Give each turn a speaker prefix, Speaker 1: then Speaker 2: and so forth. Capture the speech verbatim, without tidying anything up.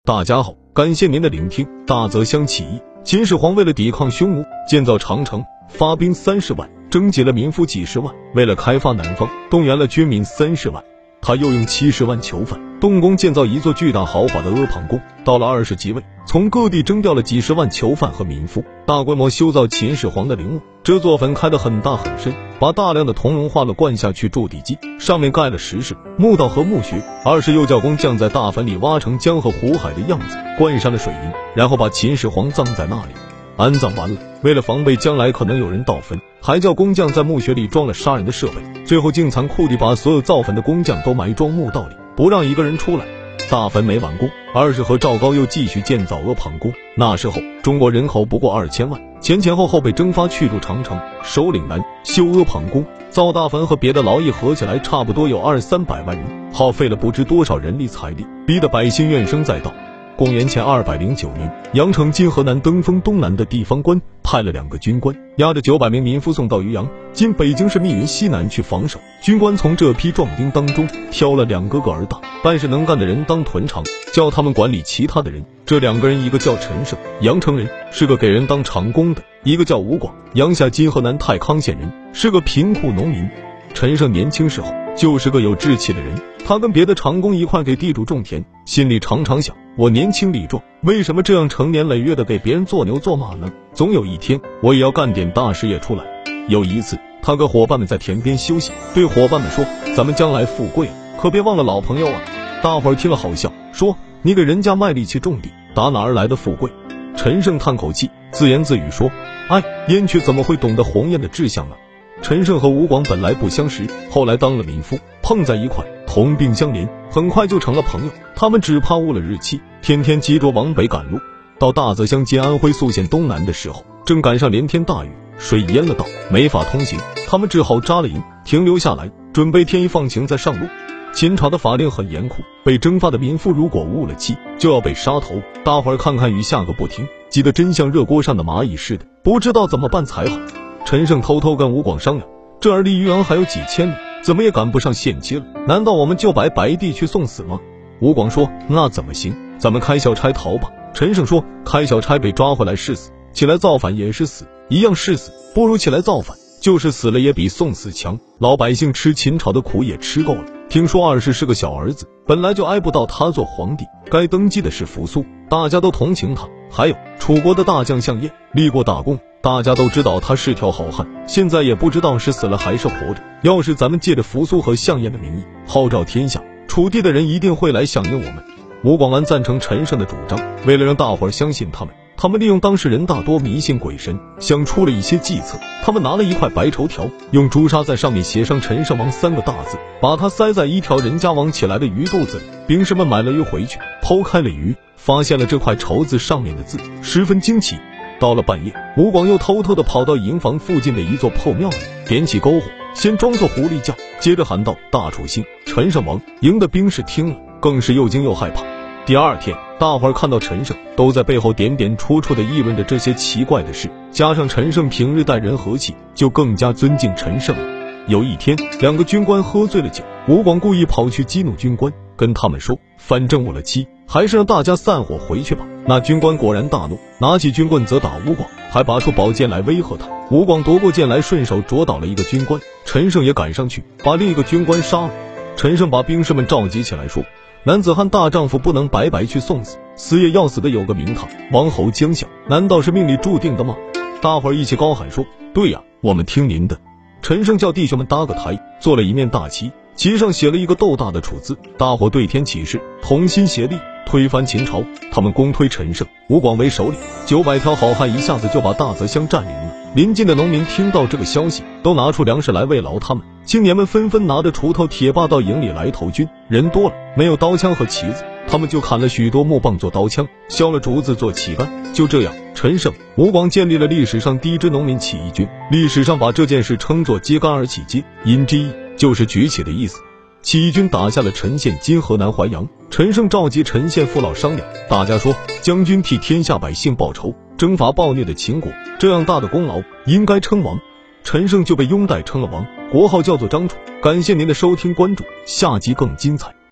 Speaker 1: 大家好，感谢您的聆听。大泽乡起义，秦始皇为了抵抗匈奴，建造长城，发兵三十万，征集了民夫几十万。为了开发南方，动员了军民三十万。他又用七十万囚犯，动工建造一座巨大豪华的阿房宫。到了二十即位，从各地征调了几十万囚犯和民夫，大规模修造秦始皇的陵墓。这座坟开得很大很深，把大量的铜融化了灌下去筑地基，上面盖了石室、墓道和墓穴。二是又叫工匠在大坟里挖成江河湖海的样子，灌上了水银，然后把秦始皇葬在那里。安葬完了，为了防备将来可能有人盗坟，还叫工匠在墓穴里装了杀人的设备，最后竟残酷地把所有造坟的工匠都埋装墓道里，不让一个人出来。大坟没完工，二是和赵高又继续建造阿房宫。那时候中国人口不过二千万，前前后后被征发去筑长城、守岭南、修阿房宫、造大坟和别的劳役合起来差不多有二三百万人，耗费了不知多少人力财力，逼得百姓怨声载道。公元前二百零九年，阳城今河南登封东南的地方官派了两个军官，押着九百名民夫送到渔阳（今北京市密云西南）去防守。军官从这批壮丁当中挑了两个个儿大、办事能干的人当屯长，叫他们管理其他的人。这两个人，一个叫陈胜，阳城人，是个给人当长工的；一个叫吴广，阳夏今河南太康县人，是个贫苦农民。陈胜年轻时候就是个有志气的人，他跟别的长工一块给地主种田，心里常常想，我年轻力壮，为什么这样成年累月的给别人做牛做马呢？总有一天我也要干点大事业出来。有一次他跟伙伴们在田边休息，对伙伴们说，咱们将来富贵了，可别忘了老朋友啊。大伙儿听了好笑，说你给人家卖力气种地，打哪儿来的富贵？陈胜叹口气，自言自语说，哎，燕雀怎么会懂得鸿雁的志向呢？陈胜和吴广本来不相识，后来当了民夫，碰在一块，同病相怜，很快就成了朋友。他们只怕误了日期，天天急着往北赶路。到大泽乡接安徽宿县东南的时候，正赶上连天大雨，水淹了道，没法通行。他们只好扎了营，停留下来，准备天一放晴再上路。秦朝的法令很严酷，被征发的民夫如果误了期，就要被杀头。大伙儿看看雨下个不停，急得真像热锅上的蚂蚁似的，不知道怎么办才好。陈胜偷偷跟吴广商量，这儿离渔阳还有几千里，怎么也赶不上限期了，难道我们就白白地去送死吗？吴广说，那怎么行，咱们开小差逃吧。陈胜说，开小差被抓回来是死，起来造反也是死，一样是死，不如起来造反，就是死了也比送死强。老百姓吃秦朝的苦也吃够了，听说二世是个小儿子，本来就挨不到他做皇帝，该登基的是扶苏，大家都同情他。还有楚国的大将项燕，立过大功，大家都知道他是条好汉，现在也不知道是死了还是活着。要是咱们借着扶苏和项燕的名义号召天下，楚地的人一定会来响应我们。吴广安赞成陈胜的主张，为了让大伙儿相信他们，他们利用当时人大多迷信鬼神，想出了一些计策。他们拿了一块白绸条，用朱砂在上面写上陈胜王三个大字，把它塞在一条人家网起来的鱼肚子里。兵士们买了鱼回去，剖开了鱼，发现了这块绸子上面的字，十分惊奇。到了半夜，吴广又偷偷地跑到营房附近的一座破庙里，点起篝火，先装作狐狸叫，接着喊道，大楚兴，陈胜王。营的兵士听了更是又惊又害怕。第二天，大伙儿看到陈胜都在背后点点戳戳地议论着这些奇怪的事，加上陈胜平日待人和气，就更加尊敬陈胜了。有一天，两个军官喝醉了酒，吴广故意跑去激怒军官，跟他们说，反正误了期，还是让大家散伙回去吧。那军官果然大怒，拿起军棍责打吴广，还拔出宝剑来威吓他。吴广夺过剑来，顺手啄倒了一个军官，陈胜也赶上去把另一个军官杀了。陈胜把兵士们召集起来说，男子汉大丈夫不能白白去送死，死也要死的有个名堂，王侯将相，难道是命里注定的吗？大伙儿一起高喊说，对呀，我们听您的。陈胜叫弟兄们搭个台，做了一面大旗，旗上写了一个斗大的楚字，大伙对天起誓，同心协力推翻秦朝。他们公推陈胜、吴广为首领，九百条好汉一下子就把大泽乡占领了。邻近的农民听到这个消息，都拿出粮食来慰劳他们。青年们纷纷拿着锄头铁把到营里来投军，人多了没有刀枪和旗子，他们就砍了许多木棒做刀枪，削了竹子做旗杆。就这样，陈胜、吴广建立了历史上第一支农民起义军。历史上把这件事称作揭竿而起，揭因之意就是举起的意思。起义军打下了陈县（今河南淮阳），陈胜召集陈县父老商量，大家说，将军替天下百姓报仇，征伐暴虐的秦国，这样大的功劳应该称王。陈胜就被拥戴称了王，国号叫做张楚。感谢您的收听关注，下集更精彩。